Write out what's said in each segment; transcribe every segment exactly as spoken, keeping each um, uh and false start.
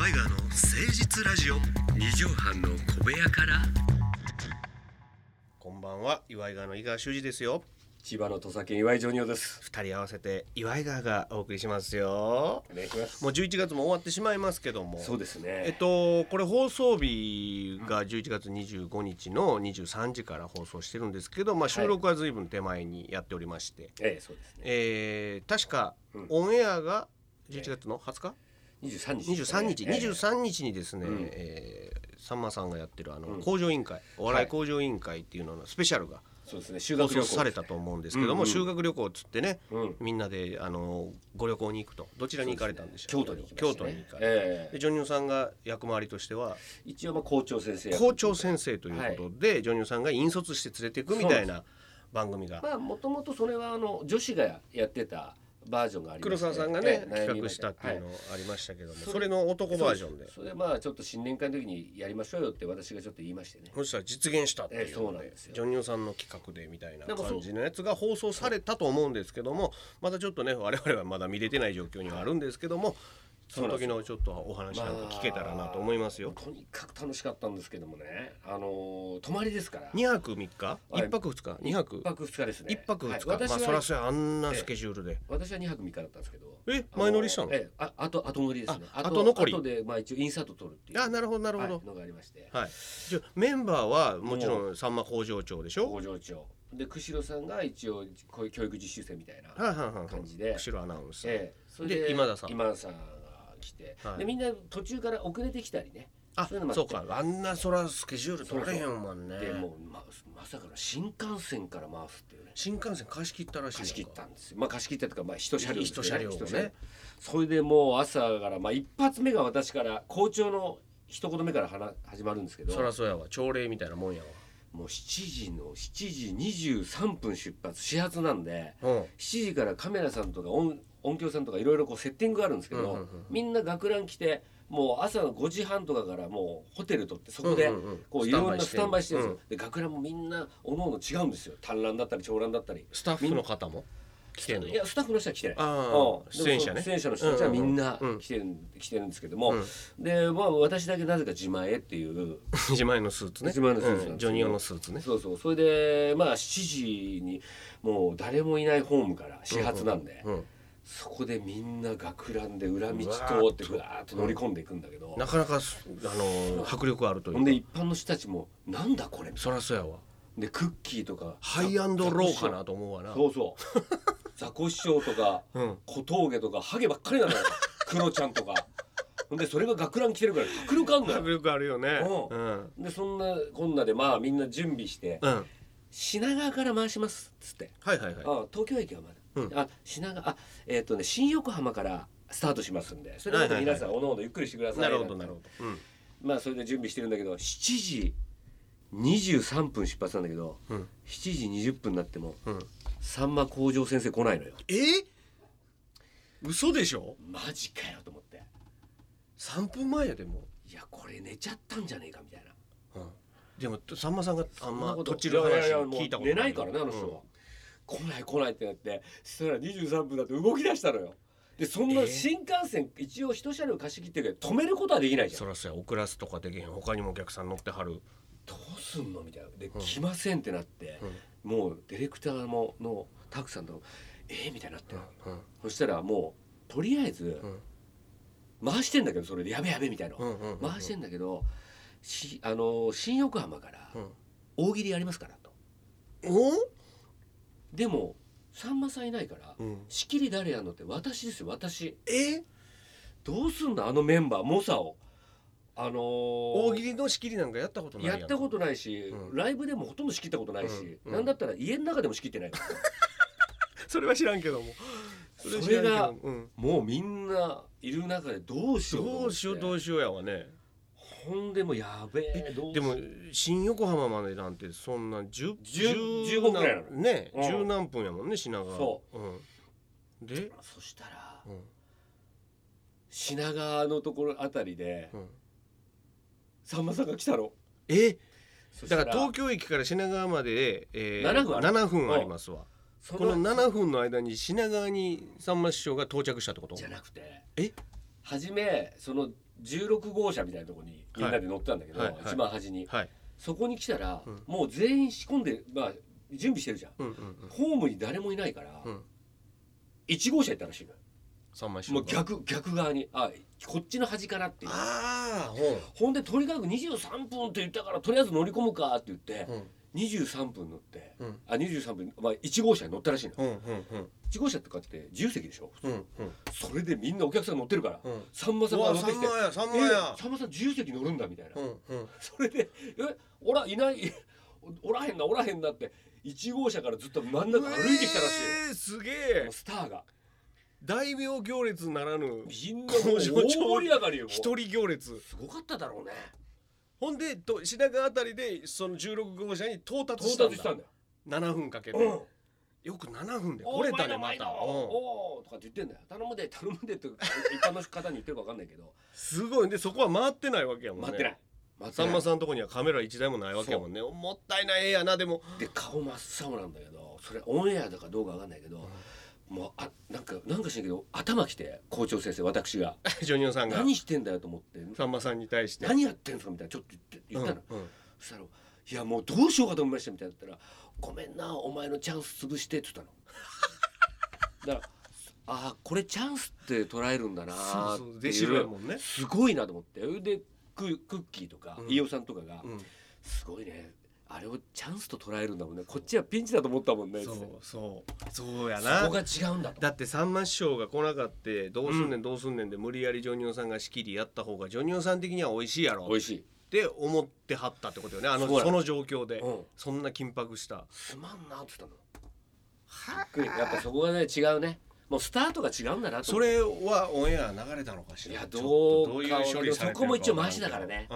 岩井川の誠実ラジオ。 二畳半の小部屋から。 こんばんは、岩井川の井川修司ですよ。 千葉の土佐県岩井ジョニオです。 二人合わせて岩井川がお送りしますよ。 お願いします。 もうじゅういちがつも終わってしまいますけども、 そうですね。 えっとこれ放送日がじゅういちがつにじゅうごにちのにじゅうさんじから放送してるんですけど、まあ、収録は随分手前にやっておりまして、 ええ、そうですね。 えー、確かうんオンエアがじゅういちがつのはつか、 にじゅうさんにち、 にじゅうさんにち、 ええ、 にじゅうさんにちにですね、 うんえー、さんまさんがやってるあの、 うん向上委員会、お笑い向上委員会っていうののスペシャルがそうですね、修放学旅行送されたと思うんですけども、 うんうん修学旅行っつってね、 うん、 みんなであのご旅行に行くと。どちらに行かれたんでしょう。 京都に行きましたね。 京都に行かれて、 ええ、 でジョニオさんが役回りとしては一応まあ校長先生校長先生ということで、はい、ジョニオさんが引率して連れていくみたいな番組が、 まあもともとそれはあの女子がやってたバージョンがありまして、 黒沢さんがね、 ええ、 企画したっていうのありましたけども、 はい、 それの男バージョンで、 それまあちょっと新年会の時にやりましょうよって私がちょっと言いましてね。 そしたら実現したっていうので、 ええ、そうなんですよ。 ジョニオさんの企画でみたいな感じのやつが放送されたと思うんですけども、まだちょっとね我々はまだ見れてない状況にはあるんですけども、その時のちょっとお話なんか聞けたらなと思いますよ。 まあ、とにかく楽しかったんですけどもね、あのー、泊まりですからにはくみっか、 はい、 いっぱくふつか、にはくいっぱくふつかですね。 いっぱくふつか、 はい、 まあそらそやあんなスケジュールで、 私はにはくみっかだったんですけど、 え前乗りしたの？ えああと後乗りですね。 あ後残り。 後でまあ一応インサート取るっていう。 あ、なるほどなるほど、 はい、のがありまして、 はい。じゃメンバーはもちろんさんま工場長でしょ。 工場長で釧路さんが一応こういう教育実習生みたいな感じで、 釧路アナウンサー、 ええ、それで今田さん今田さんが来て、はい、でみんな途中から遅れてきたりね。 あ、そういうのもあって、そうか、あんなそらスケジュール取れへんもんね。 でもう ま, まさかの新幹線から回すっていうね。 新幹線貸し切ったらしい。 貸し切ったんですよ。まあ貸し切ったとか、まあ一車両ですね。 一車両をね。 それでもう朝からまあ一発目が私から校長の一言目から始まるんですけど。 そらそうやわ、朝礼みたいなもんやわ。 もうしちじのしちじにじゅうさんぷん出発始発なんで、うん、しちじからカメラさんとか 音, 音響さんとかいろいろこうセッティングがあるんですけど、うんうんうん、みんな学ラン来てもう朝のごじはんとかからもうホテル取ってそこでこういろんなスタンバイしてるんですよ、うん、で学ランもみんなおのおの違うんですよ。短ランだったり長ランだったり。 スタッフの方も来てんの？ いやスタッフの人は来てない。 あ、出演者ね。 出演者の人たちはみんな来てる、うん、来てるんですけども、うん、でまあ私だけなぜか自前っていう自前のスーツね。 自前のスーツなんです、 うん、ジョニオのスーツね。 そうそう。それでまあしちじにもう誰もいないホームから始発なんで、うんうんうん、そこでみんな学ランで裏道通ってぐわーっと乗り込んでいくんだけど、 なかなかあの迫力あるというか。 ほんで一般の人たちもなんだこれ。 そらそうやわ。 でクッキーとかハイアンドローかなと思うわな。 そうそうザコシショウとか、うん、小峠とかハゲばっかりなのよクロちゃんとか。でそれが学ラン着てるから迫力あるのよ。 迫力あるよね、 うんうん、でそんなこんなでまあみんな準備して、うん、品川から回しますっつって、 はいはいはい、 あ東京駅はまだ、うん、あ品川あえっ、ー、とね新横浜からスタートしますんで、それまで皆さんおのおのゆっくりしてください。 なるほどなるほど、うん、 まあそれで準備してるんだけどしちじにじゅうさんぷん出発なんだけど、うん、しちじにじゅっぷんになっても、うん、さんま工場先生来ないのよ。 えー、嘘でしょ。 マジかよと思って。 さんぷんまえやでも。 いやこれ寝ちゃったんじゃねえかみたいな、 うん、でもさんまさんがあんまとちる話聞いたことない。 寝ないからねあの人は、うん、来ない来ないってなって、そしたらにじゅうさんぷんだって動き出したのよ。でそんな新幹線、えー、一応一車両貸し切ってるけど止めることはできないじゃん。 そらそうや、遅らすとかできへん。他にもお客さん乗ってはる。 どうすんのみたいなで、うん、来ませんってなって、うん、もうディレクターものタクさんとえー、みたいになって、うんうん、そしたらもうとりあえず、うん、回してんだけどそれでやべやべみたいな、うんうんうんうん、回してんだけどしあの新横浜から大喜利やりますからと、 うん、 でもさんまさんいないから、うん、仕切り誰やんのって私ですよ私。 えどうすんのあのメンバー猛者を。あのー、 大喜利の仕切りなんかやったことないやん。 やったことないし、うん、ライブでもほとんど仕切ったことないし、うん、なんだったら家の中でも仕切ってないからそれは知らんけども、 それ, それが、うん、もうみんないる中でどうしようどうしようどうしようやわね。 ほんでもやべえどうしでも新横浜までなんてそんなじゅう、 じゅうごくらいなのね、うん、じゅう何分やもんね品川。 そう、 うん、でそしたら、うん、品川のところあたりで、うん、さんまさんが来たの。 えだから東京駅から品川まで、えー、ななふんある。ななふんありますわ。このななふんの間に品川にさんま師匠が到着したってこと？ じゃなくてえ初めそのじゅうろくごうしゃみたいなところにみんなで乗ってたんだけど、 はいはいはい、 一番端に、 はい、 そこに来たら、 うん、 もう全員仕込んで、まあ、準備してるじゃん、うんうんうん、ホームに誰もいないから、うん、いちごうしゃ行ったらしいのよ。さんま師匠がもう逆逆側に、あ、こっちの端からっていう。あ、ほんでとにかくにじゅうさんぷんって言ったからとりあえず乗り込むかって言って、うん、にじゅうさんぷん乗って、うん、あにじゅうさんぷん、まあ、いちごうしゃに乗ったらしいの、うんうんうん、いちごうしゃとかって自由席でしょ、うんうん、それでみんなお客さん乗ってるから、うん、さんまさんが乗ってきて、さんまやさんまさん自由席乗るんだみたいな、うんうん、それでえおらいないおらへんなおらへんなっていちごうしゃからずっと真ん中歩いてきたらしいよ、えー、すげえスターが大名行列ならぬみんなもう大盛り上がりよ。一人行列すごかっただろうね。ほんでと品川あたりでそのじゅうろくごうしゃに到達したんだ。到達したんだよ。ななふんかけて、うん、よくななふんで来れたねまた。おおとかって言ってんだよ。頼むで頼むでって一般の方に言ってるか分かんないけどすごい。でそこは回ってないわけやもんね。回ってない。さんまさんのとこにはカメラ一台もないわけやもんね。もったいない絵やな。でもで顔真っ青なんだけど、それオンエアだかどうか分かんないけど、うんもうあなんかなんかしないけど頭きて校長先生私がジョニオさんが何してんだよと思ってさんまさんに対して何やってんすかみたいなちょっと言って言ったの、うんうん、そしたらいやもうどうしようかと思いましたみたいなったらごめんなお前のチャンス潰してって言ったのだからあこれチャンスって捉えるんだなーっていう、デシベルもんね、すごいなと思って。で ク, クッキーとか、うん、飯尾さんとかが、うん、すごいねあれをチャンスと捉えるんだもんね。こっちはピンチだと思ったもんね。そうそうそうやな。そこが違うんだと。だってさんま師匠が来なかってどうすんねんどうすんねんで無理やりジョニオさんが仕切りやった方がジョニオさん的には美味しいやろ。美味しいって思ってはったってことよね。あの そ, その状況で、うん、そんな緊迫した。すまんなって言ったの。はっやっぱそこがね違うね。もうスタートが違うんだなと。それはオンエア流れたのかしら。いやどうどういう処理されてるか。そこも一応マシだからね。うん、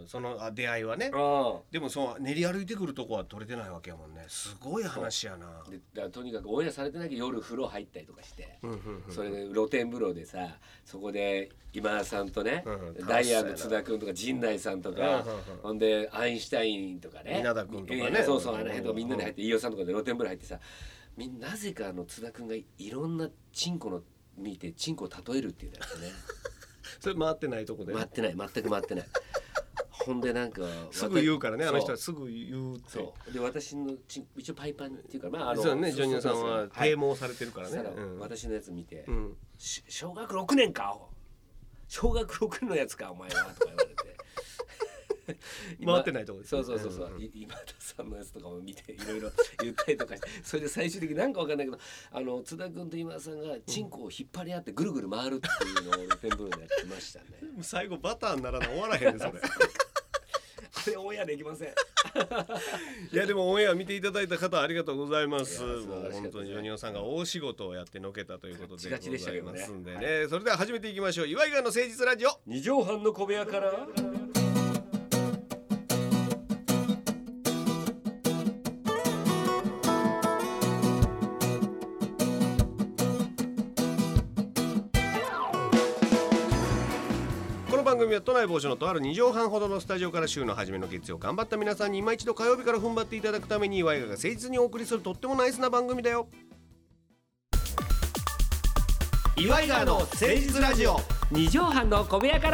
そのあ出会いはね。でもそう練り歩いてくるとこは撮れてないわけやもんね。すごい話やな。でだからとにかくオンエアされてないけど夜風呂入ったりとかして、うんうんうん、それで露天風呂でさ、そこで今田さんとね、うんうん、ダイヤの津田君とか陣内さんとか、うんうんうん、ほんでアインシュタインとかね、稲田君とかね、えー、そうそうあの辺とかみんなで入って飯尾さんとかで露天風呂入ってさ。みんなぜかあの津田君がいろんなチンコの見てチンコを例えるっていうやつねそれ回ってないとこで回ってない全く回ってないほんでなんかすぐ言うからねあの人はすぐ言うってそうで私のチン一応パイパンっていうかまああのそうねジョニオさんは啓蒙されてるからね、はいうん、私のやつ見て、うん、小学ろくねんか小学ろくねんのやつかお前はとか言われて回ってないとこです、ね、そうそうそうそう、うん、今田さんのやつとかも見ていろいろ言ったりとかしてそれで最終的になんかわかんないけどあの津田君と今田さんがチンコを引っ張り合ってぐるぐる回るっていうのを露天風呂でやってましたね最後バターにならない終わらへんねそれあれオンエアできませんいやでもオンエア見ていただいた方ありがとうございます。もう本当にジョニオさんが大仕事をやってのけたということでございますんでね、はい、それでは始めていきましょう。岩井川の誠実ラジオ二畳半の小部屋から番組は都内某所のとあるに畳半ほどのスタジオから週の初めの月曜頑張った皆さんに今一度火曜日から踏ん張っていただくために岩井川が誠実にお送りするとってもナイスな番組だよ。岩井川の誠実ラジオに畳半の小部屋から。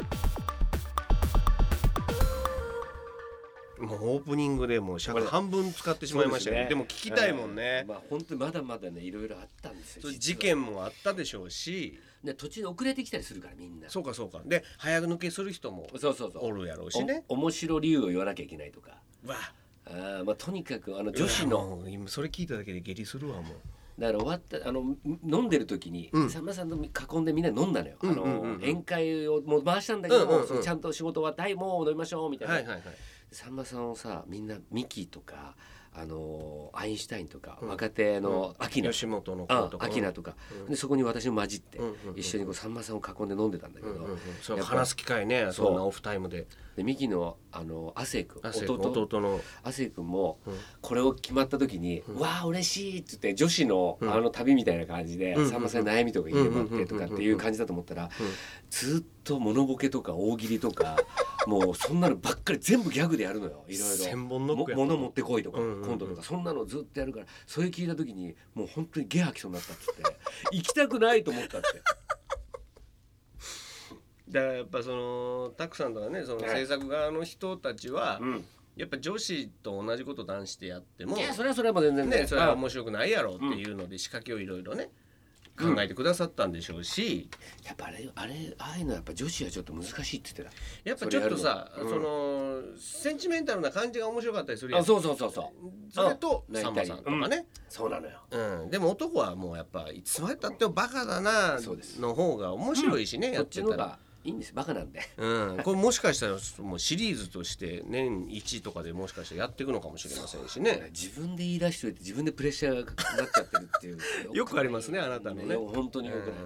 もうオープニングでもう尺半分使ってしまいましたよ ね, で, ねでも聞きたいもんね、まあ本当にまだまだねいろいろあったんですよ。事件もあったでしょうしで途中で遅れてきたりするからみんな。そうかそうか。で早抜けする人もおるやろうしね。お面白理由を言わなきゃいけないとかわあ、まあ、とにかくあの女子の今それ聞いただけで下痢するわもう。だから終わったあの飲んでる時に、うん、さんまさんと囲んでみんな飲んだのよ、うんうんうんうん、あの宴会をもう回したんだけども、うんうんうん、ちゃんと仕事終わってはいもう飲みましょうみたいな、はいはいはい、さんまさんをさみんなミキとかあのアインシュタインとか、うん、若手のアキナ、うん、吉本の子とかアキナとか、うん、でそこに私も混じって、うんうんうん、一緒にこうさんまさんを囲んで飲んでたんだけど、うんうんうん、そう話す機会ねそんなオフタイムで。でミキのあの亜生君弟, 弟の亜生君も、うん、これを決まった時に、うん、わあ嬉しいって言って女子の、うん、あの旅みたいな感じで、うん、さんまさんに悩みとか言ってもらってとかっていう感じだと思ったら、うん、ずっと物ボケとか大喜利とかもうそんなのばっかり全部ギャグでやるのよ。いろいろ千本ノックや物持ってこいとか、うんうんうん、コントとかそんなのずっとやるから、それ聞いた時にもう本当にゲ吐きそうになったっつって行きたくないと思ったってだからやっぱそのたくさんとかねその制作側の人たちは、 うん、 やっぱ女子と同じこと男子でやってもいやそれはそれはもう全然ね、 ねそれは面白くないやろっていうので仕掛けをいろいろね、考えてくださったんでしょうし、 うん、やっぱあれあれああいうのはやっぱ女子はちょっと難しいって言ってた。 やっぱちょっとさそ,、うん、そのセンチメンタルな感じが面白かったりするやん。 あそうそうそうそうそれとさんまさんとかね、うん、 そうなのよ、 うん、でも男はもうやっぱいつまでたってもバカだなの方が面白いしね、うん、やってたらいいんですバカなんで、 うん、これもしかしたらもうシリーズとして年いちとかでもしかしたらやっていくのかもしれませんしね。 自分で言い出しといて自分でプレッシャーがかかっちゃってるっていうよくありますねあなたのね。 本当によくない、うん、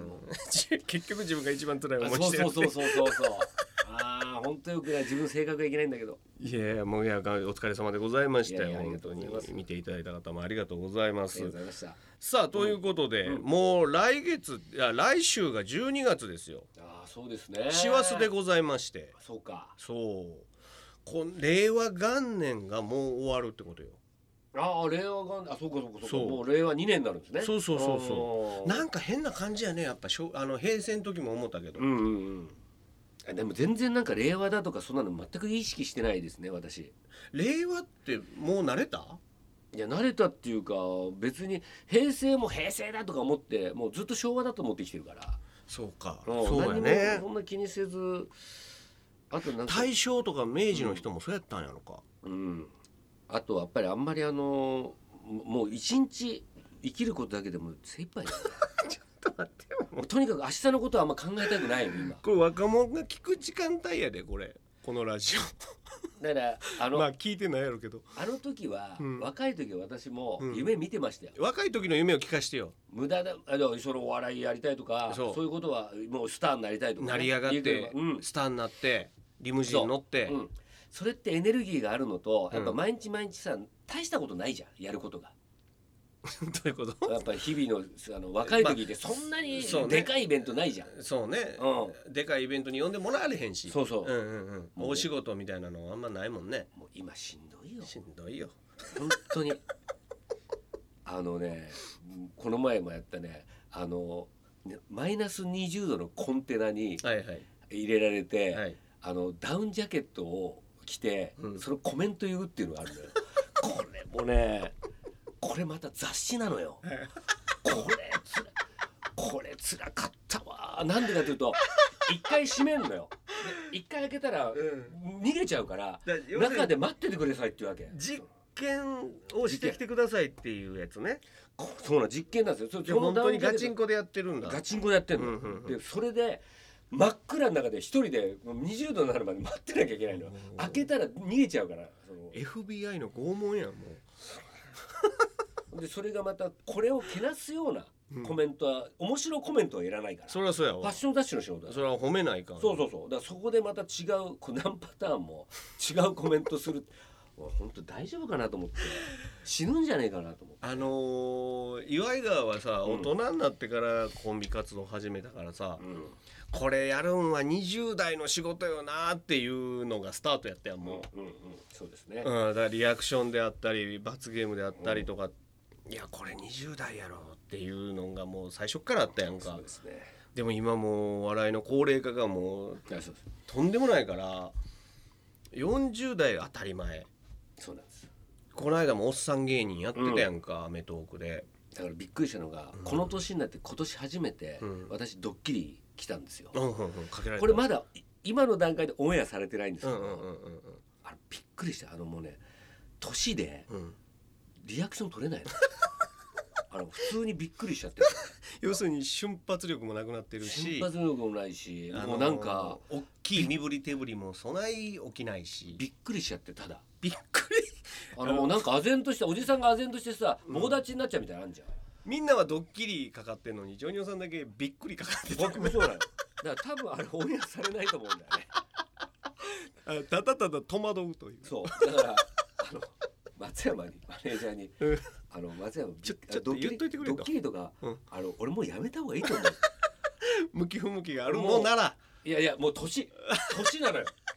結局自分が一番辛い思いしてるって。 そうそうそうそうそうああ本当よくない自分性格がいけないんだけど。 いやいやもういやお疲れ様でございましたよ。本当に見ていただいた方もありがとうございます。 ありがとうございました。 さあということで、うん、もう来月いや来週がじゅうにがつですよ。 ああそうですね。 師走でございまして。 そうか。 そうこ令和元年がもう終わるってことよ。 ああ令和元年あそうかそうかそうかもう令和にねんになるんですね。 そうそうそうそうなんか変な感じやねやっぱあの平成の時も思ったけど。 うんうんうん。でも全然なんか令和だとかそんなの全く意識してないですね私。 令和ってもう慣れた？ いや慣れたっていうか別に平成も平成だとか思ってもうずっと昭和だと思ってきてるから。 そうか、 うん、そうやね。そんな気にせずあとなんか大正とか明治の人もそうやったんやろか、 うん、うん、あとはやっぱりあんまりあのもう一日生きることだけでも精一杯だねちょっと待ってよもうとにかく明日のことはあんま考えたくないよ今。 これ若者が聞く時間帯やでこれこのラジオだからあのまあ聞いてないやろうけどあの時は、うん、若い時は私もうん、 夢見てましたよ。 若い時の夢を聞かしてよ。 無駄だあのそのお笑いやりたいとかそう、そういうことはもうスターになりたいとか、ね、 成り上がって、うん、スターになってリムジン乗ってそ,、うん、それってエネルギーがあるのとやっぱ毎日毎日さ大したことないじゃんやることがどういうこと？ やっぱり日々のあの若い時ってそんなにでかいイベントないじゃん。 そうね、うん、でかいイベントに呼んでもらわれへんし。 そうそう、 うんうんうん、お仕事みたいなのあんまないもんね。 もう今しんどいよしんどいよ本当にあのねこの前もやったねあのマイナスにじゅうどのコンテナに入れられて、はいはい、あのダウンジャケットを着て、うん、そのコメント言うっていうのがあるのよこれもねこれまた雑誌なのよこれつらこれつらかったわ。なんでかというと一回閉めんのよ。一回開けたら逃げちゃうから、うん、中で待っててくださいっていうわけ。 実験をしてきてくださいっていうやつね。 そうな実験なんですよ。そ本当にガチンコでやってるんだ。 ガチンコでやってるの、うんうんうん、でそれで真っ暗の中で一人でにじゅうどになるまで待ってなきゃいけないの。開けたら逃げちゃうからそのエフビーアイ の拷問やんもうでそれがまたこれをけなすようなコメントは、うん、面白いコメントはいらないから。 それはそうやわ。 ファッション雑誌の仕事だ。 それは褒めないから。 そうそうそう。だからそこでまた違うこう何パターンも違うコメントする本当大丈夫かなと思って死ぬんじゃねえかなと思って。 あのー、岩井川はさ、うん、大人になってからコンビ活動始めたからさ、うん、これやるんはにじゅう代の仕事よなっていうのがスタートやったやんもう、うんうんうん、 そうですね、 うん、だからリアクションであったり罰ゲームであったりとか、うん、いやこれにじゅう代やろっていうのがもう最初からあったやんか。 そうですね。 でも今もう笑いの高齢化がもうとんでもないからよんじゅう代当たり前。 そうなんです。 この間もおっさん芸人やってたやんか、うん、アメトークで。 だからびっくりしたのが、うん、この年になって今年初めて、うん、私ドッキリ来たんですよ、うんうんうん、かけられた。これまだ今の段階でオンエアされてないんですけど、うんうんうんうん、あれびっくりした。あのもうね年でリアクション取れないのあの普通にびっくりしちゃって要するに瞬発力もなくなってるし瞬発力もないし、あのー、もうなんか大きい身振り手振りもそない起きないしびっくりしちゃって。ただびっくりあのもうなんか唖然としておじさんが唖然としてさ棒立ちになっちゃうみたいなのあるじゃん、うん、 みんなはドッキリかかってんのにジョニオさんだけびっくりかかってた。 僕もそうなの。だから多分あれオンエアされないと思うんだよねただただ戸惑うという。 そうだからあの松山にマネージャーにあの松山ちょちょっと言っといてくれと。 ドッキリとか、うん、あの俺もうやめた方がいいと思う向き不向きがあるのならいやいやもう年年なのよ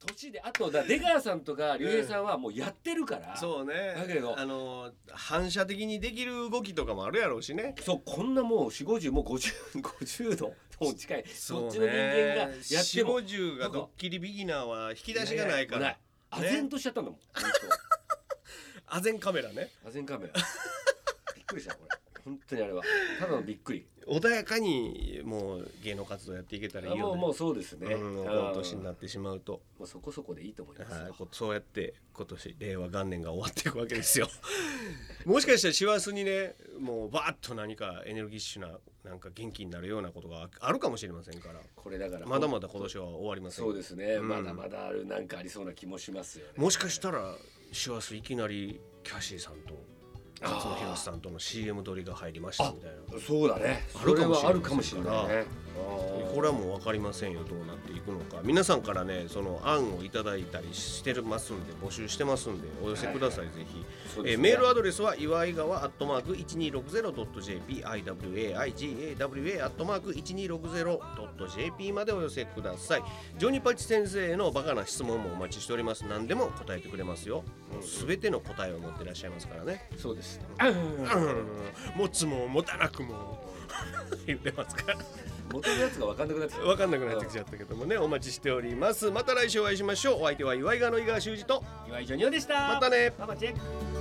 年であとだ出川さんとか竜兵さんはもうやってるから、 うん、そうね。 だけどあの反射的にできる動きとかもあるやろうしね。 そうこんなもうよんじゅうごじゅうもうごじゅう、ごじゅうどもう近いそっちの人間がやってもよんじゅうごじゅうがドッキリビギナーは引き出しがないから、ね、 唖然としちゃったんだもん唖然カメラね。 唖然カメラびっくりしたこれ本当にあれはただのびっくり。 穏やかにもう芸能活動やっていけたらいいよね。 もうもうそうですね、 うん、この年になってしまうともうそこそこでいいと思いますよ、 はい、そうやって今年令和元年が終わっていくわけですよもしかしたら師走にねもうバーッと何かエネルギッシュななんか元気になるようなことがあるかもしれませんから、これだからまだまだ今年は終わりません。 そうですね、うん、まだまだあるなんかありそうな気もしますよね。 もしかしたら師走いきなりキャシーさんと勝野博さんとの シーエム 撮りが入りましたみたいな。 そうだね。 あるかもしれない。 あるかもしれないね。 これはもう分かりませんよどうなっていくのか。皆さんからねその案をいただいたりしてますんで募集してますんでお寄せください、はい、ぜひ、ねえー、メールアドレスは岩井川アットマーク いちにーろくぜろドットジェーピー アイダブリューエーアイジーエーダブリューエー アットマーク いちにーろくぜろドットジェーピー までお寄せください。ジョニパチ先生へのバカな質問もお待ちしております。何でも答えてくれますよ。すべての答えを持っていらっしゃいますからね。 そうです、 うん、持つも持たなくも言ってますから元のやつが分かんなくなってきた分かんなくなってきちゃったけどもね、お待ちしております。また来週お会いしましょう。お相手は岩井川の井川修司と岩井ジョニオでした。 またね。 ママチェック。